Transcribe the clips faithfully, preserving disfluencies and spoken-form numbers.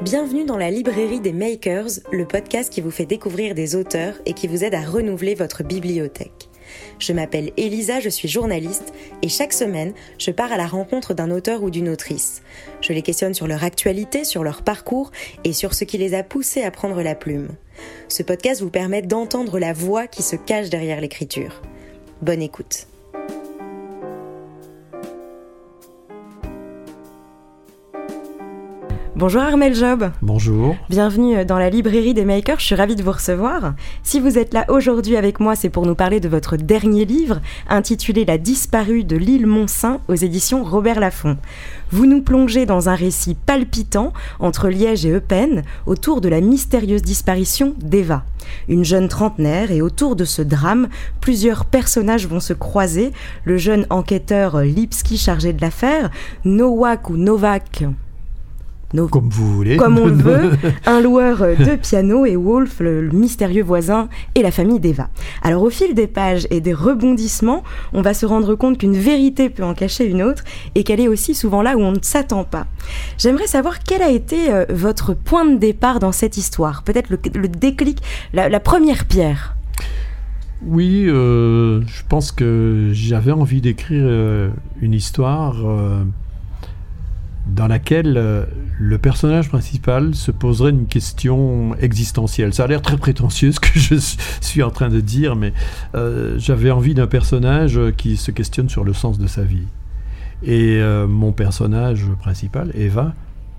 Bienvenue dans la librairie des Makers, le podcast qui vous fait découvrir des auteurs et qui vous aide à renouveler votre bibliothèque. Je m'appelle Elisa, je suis journaliste et chaque semaine, je pars à la rencontre d'un auteur ou d'une autrice. Je les questionne sur leur actualité, sur leur parcours et sur ce qui les a poussés à prendre la plume. Ce podcast vous permet d'entendre la voix qui se cache derrière l'écriture. Bonne écoute. Bonjour Armel Job. Bonjour. Bienvenue dans la librairie des Makers, je suis ravie de vous recevoir. Si vous êtes là aujourd'hui avec moi, c'est pour nous parler de votre dernier livre, intitulé La disparue de l'île Mont-Saint aux éditions Robert Laffont. Vous nous plongez dans un récit palpitant entre Liège et Eupen, autour de la mystérieuse disparition d'Eva. Une jeune trentenaire, et autour de ce drame, plusieurs personnages vont se croiser. Le jeune enquêteur Lipski chargé de l'affaire, Nowak ou Novak... No, comme vous voulez. Comme on le veut, un loueur de piano et Wolf, le, le mystérieux voisin et la famille d'Eva. Alors au fil des pages et des rebondissements, on va se rendre compte qu'une vérité peut en cacher une autre et qu'elle est aussi souvent là où on ne s'attend pas. J'aimerais savoir quel a été euh, votre point de départ dans cette histoire, peut-être le, le déclic, la, la première pierre. Oui, euh, je pense que j'avais envie d'écrire euh, une histoire... Euh, dans laquelle euh, le personnage principal se poserait une question existentielle. Ça a l'air très prétentieux ce que je suis en train de dire, mais euh, j'avais envie d'un personnage qui se questionne sur le sens de sa vie. Et euh, mon personnage principal, Eva,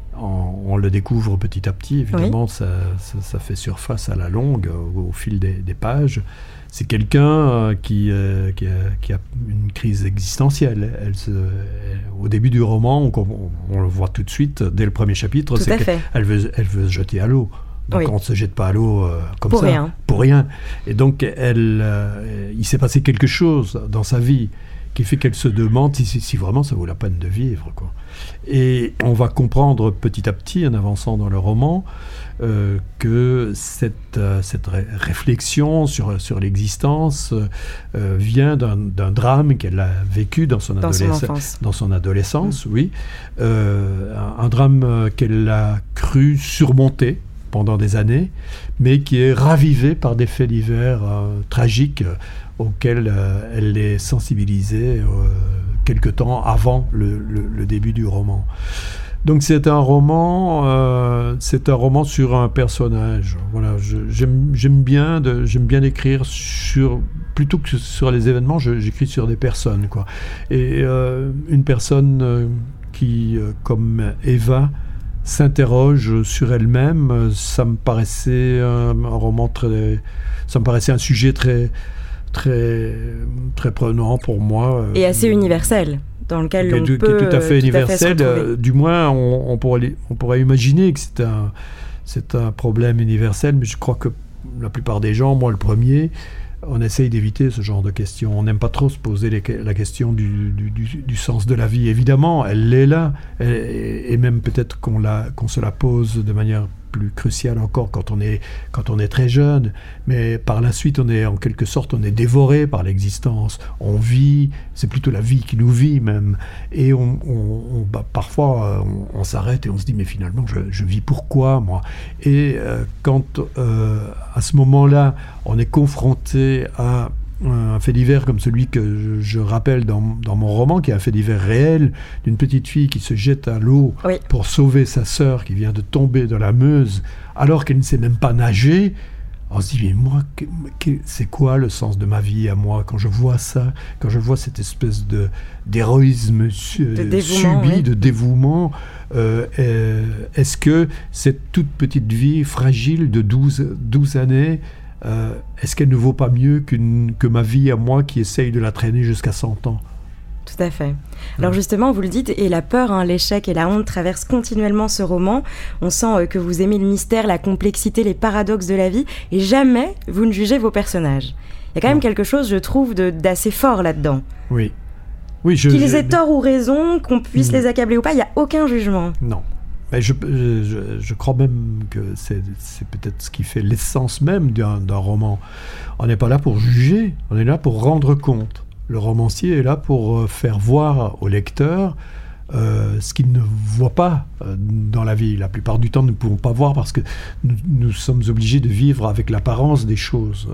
on, on le découvre petit à petit, évidemment, oui. ça, ça, ça fait surface à la longue, au, au fil des, des pages. C'est quelqu'un euh, qui, euh, qui, a, qui a une crise existentielle. Elle se, elle, au début du roman, on, on, on le voit tout de suite, dès le premier chapitre, tout c'est qu'elle veut, elle veut se jeter à l'eau. Donc oui. On ne se jette pas à l'eau euh, comme pour ça, rien. pour rien. Et donc, elle, euh, il s'est passé quelque chose dans sa vie qui fait qu'elle se demande si, si vraiment ça vaut la peine de vivre, quoi. Et on va comprendre petit à petit, en avançant dans le roman, euh, que cette, euh, cette ré- réflexion sur, sur l'existence euh, vient d'un, d'un drame qu'elle a vécu dans son, dans adolesc- son, dans son adolescence, mmh. oui. Euh, un, un drame qu'elle a cru surmonter pendant des années, mais qui est ravivé par des faits divers euh, tragiques euh, auxquels euh, elle est sensibilisée euh, quelque temps avant le, le, le début du roman. Donc c'est un roman, euh, c'est un roman sur un personnage. Voilà, je, j'aime, j'aime bien, de, j'aime bien écrire sur plutôt que sur les événements, je, j'écris sur des personnes, quoi. Et euh, une personne euh, qui, euh, comme Eva, s'interroge sur elle-même, ça me paraissait un, un roman très, ça me paraissait un sujet très, très, très prenant pour moi. Et assez universel, dans lequel on qui, peut qui est tout à fait tout universel. À fait euh, du moins, on, on, pourrait, on pourrait imaginer que c'est un, c'est un problème universel, mais je crois que la plupart des gens, moi le premier, on essaye d'éviter ce genre de questions. On n'aime pas trop se poser les, la question du, du, du, du sens de la vie. Évidemment, elle est là, elle, et même peut-être qu'on, la, qu'on se la pose de manière plus cruciale encore quand on est, quand on est très jeune. Mais par la suite, on est en quelque sorte, on est dévoré par l'existence. On vit, c'est plutôt la vie qui nous vit même. Et on, on, on, bah, parfois, on, on s'arrête et on se dit, mais finalement, je, je vis pourquoi, moi ? Et euh, quand, euh, à ce moment-là, on est confronté à un fait divers comme celui que je, je rappelle dans, dans mon roman, qui est un fait divers réel, d'une petite fille qui se jette à l'eau oui. pour sauver sa sœur qui vient de tomber dans la Meuse, alors qu'elle ne sait même pas nager. On se dit, mais moi, que, que, c'est quoi le sens de ma vie à moi quand je vois ça, quand je vois cette espèce de, d'héroïsme su, de subi, oui. de dévouement, euh, euh, est-ce que cette toute petite vie fragile de douze, douze années, Euh, est-ce qu'elle ne vaut pas mieux qu'une, que ma vie à moi qui essaye de la traîner jusqu'à cent ans ? Tout à fait. Alors justement, vous le dites, et la peur, hein, l'échec et la honte traversent continuellement ce roman. On sent euh, que vous aimez le mystère, la complexité, les paradoxes de la vie, et jamais vous ne jugez vos personnages. Il y a quand même non. quelque chose, je trouve, de, d'assez fort là-dedans. Oui. oui je, Qu'ils je, aient tort ou raison, qu'on puisse mmh. les accabler ou pas, il n'y a aucun jugement. Non. Mais je, je, je crois même que c'est, c'est peut-être ce qui fait l'essence même d'un, d'un roman. On n'est pas là pour juger, on est là pour rendre compte. Le romancier est là pour faire voir au lecteur euh, ce qu'ils ne voient pas euh, dans la vie. La plupart du temps, nous ne pouvons pas voir parce que nous, nous sommes obligés de vivre avec l'apparence des choses.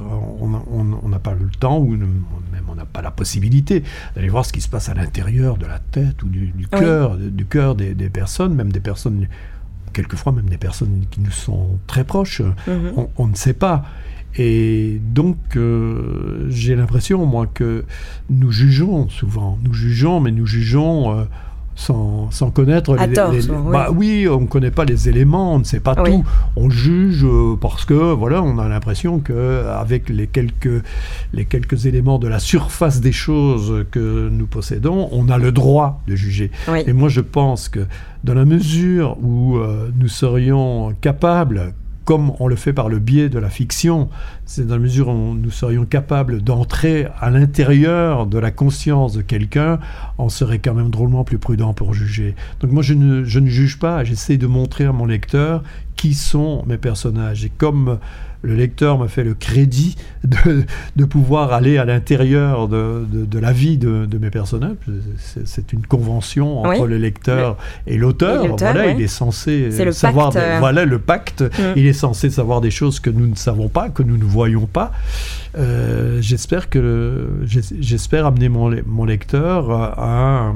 On n'a pas le temps ou nous, même on n'a pas la possibilité d'aller voir ce qui se passe à l'intérieur de la tête ou du, du cœur, oui. du cœur des, des personnes, même des personnes, quelquefois même des personnes qui nous sont très proches. Mm-hmm. On, on ne sait pas. Et donc, euh, j'ai l'impression, moi, que nous jugeons souvent. Nous jugeons, mais nous jugeons euh, sans, sans connaître... À les, tort, les, souvent, oui. Bah oui, on ne connaît pas les éléments, on ne sait pas oui. tout. On juge euh, parce que, voilà, on a l'impression qu'avec les quelques, les quelques éléments de la surface des choses que nous possédons, on a le droit de juger. Oui. Et moi, je pense que dans la mesure où euh, nous serions capables, comme on le fait par le biais de la fiction, c'est dans la mesure où nous serions capables d'entrer à l'intérieur de la conscience de quelqu'un, on serait quand même drôlement plus prudent pour juger. Donc moi, je ne, je ne juge pas, j'essaie de montrer à mon lecteur qui sont mes personnages. Et comme le lecteur m'a fait le crédit de, de pouvoir aller à l'intérieur de, de, de la vie de, de mes personnages, c'est, c'est une convention entre oui. le lecteur le, et l'auteur. Et l'auteur voilà, oui. il est censé c'est savoir... Le pacte. De, voilà, le pacte. Mm. Il est censé savoir des choses que nous ne savons pas, que nous ne voyons pas. Euh, j'espère, que, j'espère amener mon, mon lecteur à,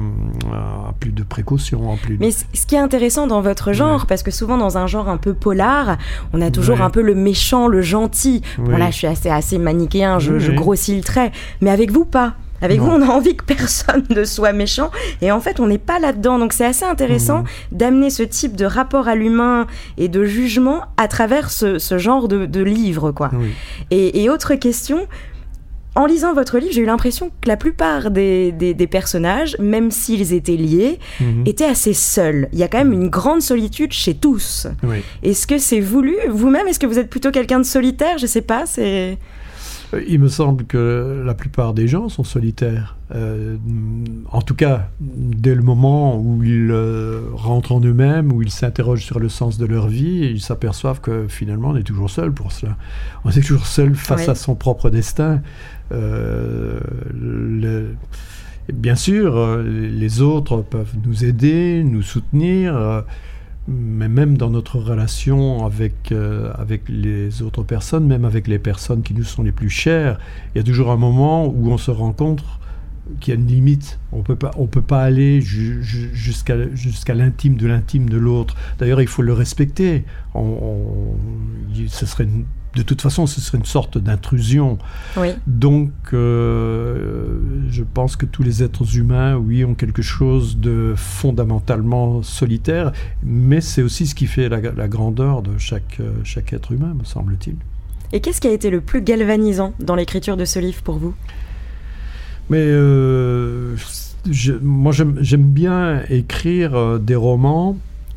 à plus de précaution. Plus de... Mais ce qui est intéressant dans votre genre, oui. parce que souvent dans un genre un peu polar, on a toujours oui. un peu le méchant, le gentil. Oui. Bon là, je suis assez, assez manichéen, je, oui. je grossis le trait. Mais avec vous, pas. Avec non. vous, on a envie que personne ne soit méchant. Et en fait, on n'est pas là-dedans. Donc, c'est assez intéressant mmh. d'amener ce type de rapport à l'humain et de jugement à travers ce, ce genre de, de livre, quoi. Oui. Et, et autre question, en lisant votre livre, j'ai eu l'impression que la plupart des, des, des personnages, même s'ils étaient liés, mmh. étaient assez seuls. Il y a quand même une grande solitude chez tous. Oui. Est-ce que c'est voulu vous-même? Est-ce que vous êtes plutôt quelqu'un de solitaire? Je ne sais pas, c'est... Il me semble que la plupart des gens sont solitaires. Euh, en tout cas, dès le moment où ils euh, rentrent en eux-mêmes, où ils s'interrogent sur le sens de leur vie, ils s'aperçoivent que finalement, on est toujours seul pour cela. On est toujours seul face oui. à son propre destin. Euh, le, bien sûr, les autres peuvent nous aider, nous soutenir, euh, mais même dans notre relation avec, euh, avec les autres personnes, même avec les personnes qui nous sont les plus chères, il y a toujours un moment où on se rend compte qu'il y a une limite. On peut pas, on peut pas aller ju- ju- jusqu'à, jusqu'à l'intime de l'intime de l'autre. D'ailleurs, il faut le respecter. On, on, ce serait une, de toute façon, ce serait une sorte d'intrusion. Oui. Donc, euh, je pense que tous les êtres humains, oui, ont quelque chose de fondamentalement solitaire, mais c'est aussi ce qui fait la, la grandeur de chaque, chaque être humain, me semble-t-il. Et qu'est-ce qui a été le plus galvanisant dans l'écriture de ce livre pour vous ? Mais euh, je, moi, j'aime, j'aime bien écrire euh, des romans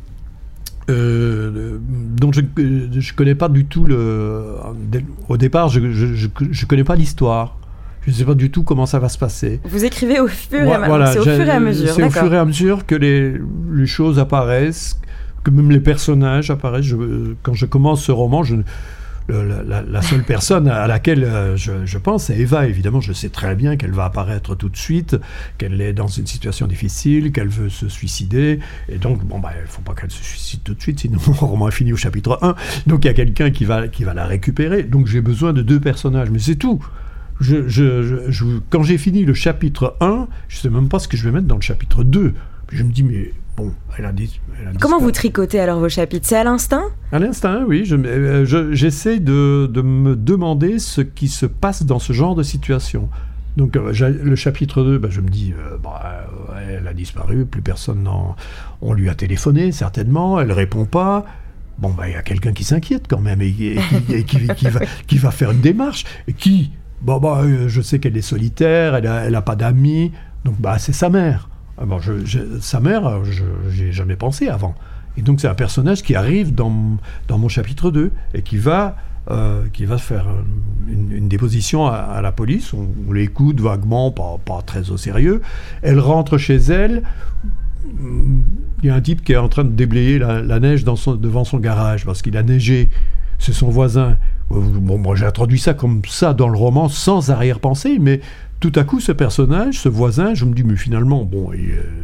euh, dont je ne connais pas du tout le... Au départ, je ne connais pas l'histoire. Je ne sais pas du tout comment ça va se passer. Vous écrivez au fur et à, ouais, voilà, c'est au fur et à mesure, c'est d'accord. au fur et à mesure que les, les choses apparaissent, que même les personnages apparaissent. Je, quand je commence ce roman, je... Le, la, la seule personne à laquelle euh, je, je pense, c'est Eva. Évidemment, je sais très bien qu'elle va apparaître tout de suite, qu'elle est dans une situation difficile, qu'elle veut se suicider. Et donc, bon, bah, il ne faut pas qu'elle se suicide tout de suite, sinon mon roman est fini au chapitre un. Donc, il y a quelqu'un qui va, qui va la récupérer. Donc, j'ai besoin de deux personnages, mais c'est tout. Je, je, je, je, quand j'ai fini le chapitre un, je ne sais même pas ce que je vais mettre dans le chapitre deux. Puis je me dis, mais... Bon, elle a dit, elle a dit Comment ça. Vous tricotez alors vos chapitres ? C'est à l'instinct ? À l'instinct, oui. Je, je, j'essaie de, de me demander ce qui se passe dans ce genre de situation. Donc, euh, le chapitre deux, bah, je me dis, euh, bah, elle a disparu, plus personne n'en... On lui a téléphoné, certainement, elle ne répond pas. Bon, bah, il y a quelqu'un qui s'inquiète quand même et, et, et, et qui, qui, va, qui va faire une démarche. Et qui Bon, bah, je sais qu'elle est solitaire, elle n'a elle a pas d'amis, donc bah, c'est sa mère. Bon, je, je, sa mère, je n'y ai jamais pensé avant. Et donc, c'est un personnage qui arrive dans, dans mon chapitre deux et qui va, euh, qui va faire une, une déposition à, à la police. On, on l'écoute vaguement, pas, pas très au sérieux. Elle rentre chez elle. Il y a un type qui est en train de déblayer la, la neige dans son, devant son garage parce qu'il a neigé. C'est son voisin. Bon, moi, j'ai introduit ça comme ça dans le roman sans arrière-pensée, mais... Tout à coup, ce personnage, ce voisin, je me dis, mais finalement, bon, il,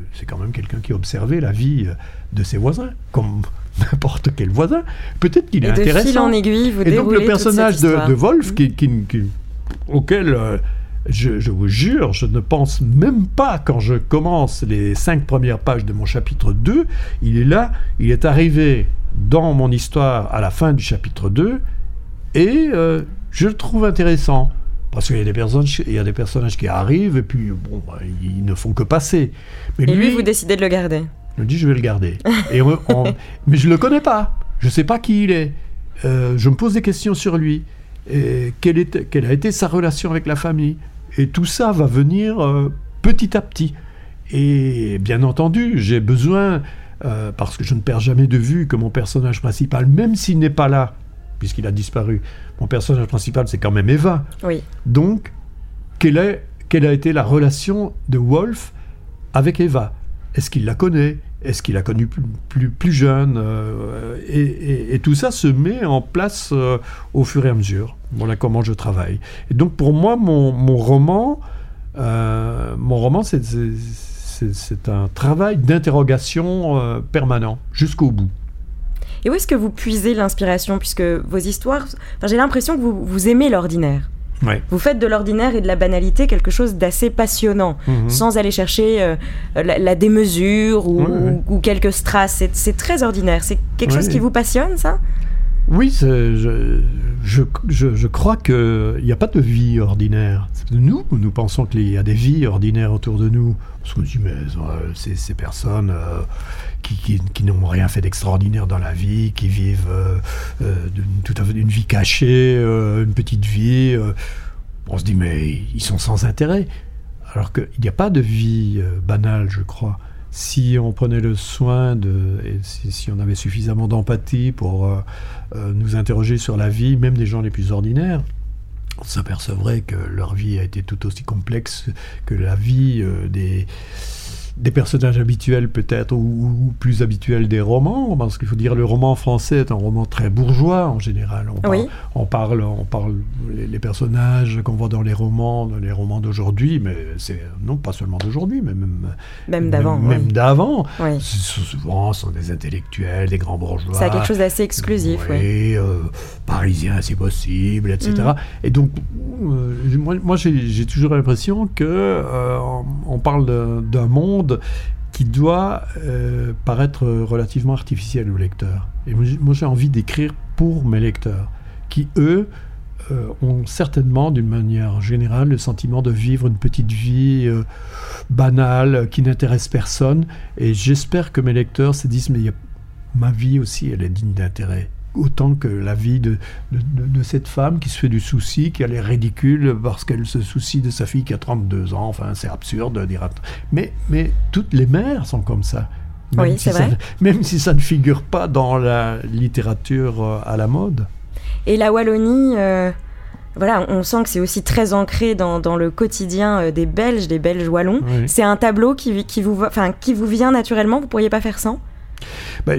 c'est quand même quelqu'un qui observait la vie de ses voisins, comme n'importe quel voisin. Peut-être qu'il est et de intéressant. Fil en aiguille, vous et donc le personnage de, de Wolf, mmh. qui, qui, qui, auquel euh, je, je vous jure, je ne pense même pas quand je commence les cinq premières pages de mon chapitre deux, il est là, il est arrivé dans mon histoire à la fin du chapitre deux, et euh, je le trouve intéressant. Parce qu'il y a des personnes, il y a des personnages qui arrivent et puis bon, bah, ils ne font que passer. Mais et lui, lui, vous décidez de le garder. Je me dis, je vais le garder. Et on, on, mais je le connais pas. Je sais pas qui il est. Euh, je me pose des questions sur lui. Et quelle, est, quelle a été sa relation avec la famille. Et tout ça va venir euh, petit à petit. Et bien entendu, j'ai besoin, euh, parce que je ne perds jamais de vue que mon personnage principal, même s'il n'est pas là, puisqu'il a disparu, mon personnage principal, c'est quand même Eva. Oui. Donc, quelle, est, quelle a été la relation de Wolf avec Eva ? Est-ce qu'il la connaît ? Est-ce qu'il l'a connue plus, plus, plus jeune ? euh, et, et, et tout ça se met en place euh, au fur et à mesure. Voilà comment je travaille. Et donc, pour moi, mon, mon roman, euh, mon roman, c'est, c'est, c'est, c'est un travail d'interrogation euh, permanent, jusqu'au bout. Et où est-ce que vous puisez l'inspiration ? Puisque vos histoires... Enfin, j'ai l'impression que vous, vous aimez l'ordinaire. Ouais. Vous faites de l'ordinaire et de la banalité quelque chose d'assez passionnant, mmh. sans aller chercher euh, la, la démesure ou, ouais, ouais. ou, ou quelques strass. C'est, c'est très ordinaire. C'est quelque ouais. chose qui vous passionne, ça ? Oui, c'est, je, je, je, je crois qu'il n'y a pas de vie ordinaire. Nous, nous pensons qu'il y a des vies ordinaires autour de nous. Parce qu'on se dit, mais euh, c'est ces personnes euh, qui, qui, qui n'ont rien fait d'extraordinaire dans la vie, qui vivent euh, euh, tout à fait une vie cachée, euh, une petite vie. Euh, on se dit, mais ils sont sans intérêt. Alors qu'il n'y a pas de vie euh, banale, je crois. Si on prenait le soin de, et si, si on avait suffisamment d'empathie pour euh, euh, nous interroger sur la vie, même des gens les plus ordinaires, on s'apercevrait que leur vie a été tout aussi complexe que la vie euh, des, des personnages habituels peut-être, ou, ou plus habituels des romans, parce qu'il faut dire le roman français est un roman très bourgeois en général. On parle, oui. on parle, on parle les, les personnages qu'on voit dans les romans, dans les romans d'aujourd'hui, mais c'est non pas seulement d'aujourd'hui, mais même même d'avant. Même, oui. même d'avant. Oui. Souvent, ce sont des intellectuels, des grands bourgeois. Ça a quelque chose d'assez exclusif, oui. oui. Euh, parisiens, c'est possible, et cetera. Mmh. Et donc, euh, moi, moi j'ai, j'ai toujours l'impression que euh, on, on parle de, d'un monde qui doit euh, paraître relativement artificiel au lecteur. Et moi, j'ai envie d'écrire pour mes lecteurs, qui, eux, euh, ont certainement, d'une manière générale, le sentiment de vivre une petite vie euh, banale, qui n'intéresse personne. Et j'espère que mes lecteurs se disent, mais y a, ma vie aussi, elle est digne d'intérêt. Autant que la vie de, de, de, de cette femme qui se fait du souci, qui a l'air ridicule parce qu'elle se soucie de sa fille qui a trente-deux ans. Enfin, c'est absurde, dira-t-on. Mais, mais toutes les mères sont comme ça. Même oui, si c'est ça, vrai. Même si ça ne figure pas dans la littérature euh, à la mode. Et la Wallonie, euh, voilà, on sent que c'est aussi très ancré dans, dans le quotidien euh, des Belges, des Belges wallons. Oui. C'est un tableau qui, qui, vous, enfin, qui vous vient naturellement, vous ne pourriez pas faire sans ? Ben,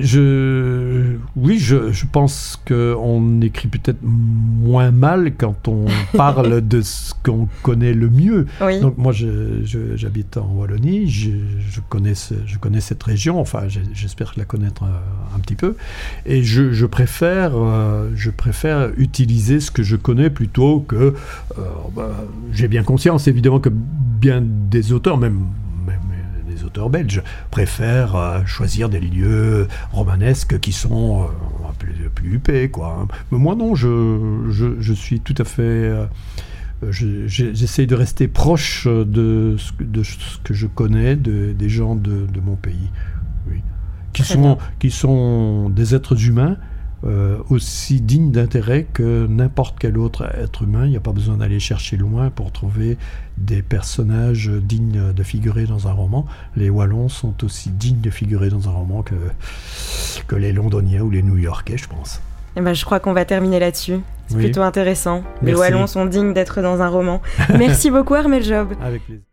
je, oui, je, je pense qu'on écrit peut-être moins mal quand on parle de ce qu'on connaît le mieux. Oui. Donc moi, je, je, j'habite en Wallonie, je, je, connais ce, je connais cette région, enfin j'espère la connaître un, un petit peu, et je, je, préfère, euh, je préfère utiliser ce que je connais plutôt que... Euh, ben, j'ai bien conscience évidemment que bien des auteurs, même... même les auteurs belges préfèrent euh, choisir des lieux romanesques qui sont euh, plus, plus huppés, quoi. Mais moi, non, je, je, je suis tout à fait... Euh, je, j'essaye de rester proche de ce, de ce que je connais, de, des gens de, de mon pays, oui. qui, sont, qui sont des êtres humains, Euh, aussi digne d'intérêt que n'importe quel autre être humain. Il n'y a pas besoin d'aller chercher loin pour trouver des personnages dignes de figurer dans un roman. Les Wallons sont aussi dignes de figurer dans un roman que, que les Londoniens ou les New-Yorkais, je pense. Eh ben, je crois qu'on va terminer là-dessus. C'est oui. plutôt intéressant. Merci. Les Wallons sont dignes d'être dans un roman. Merci beaucoup, Armel Job. Avec plaisir.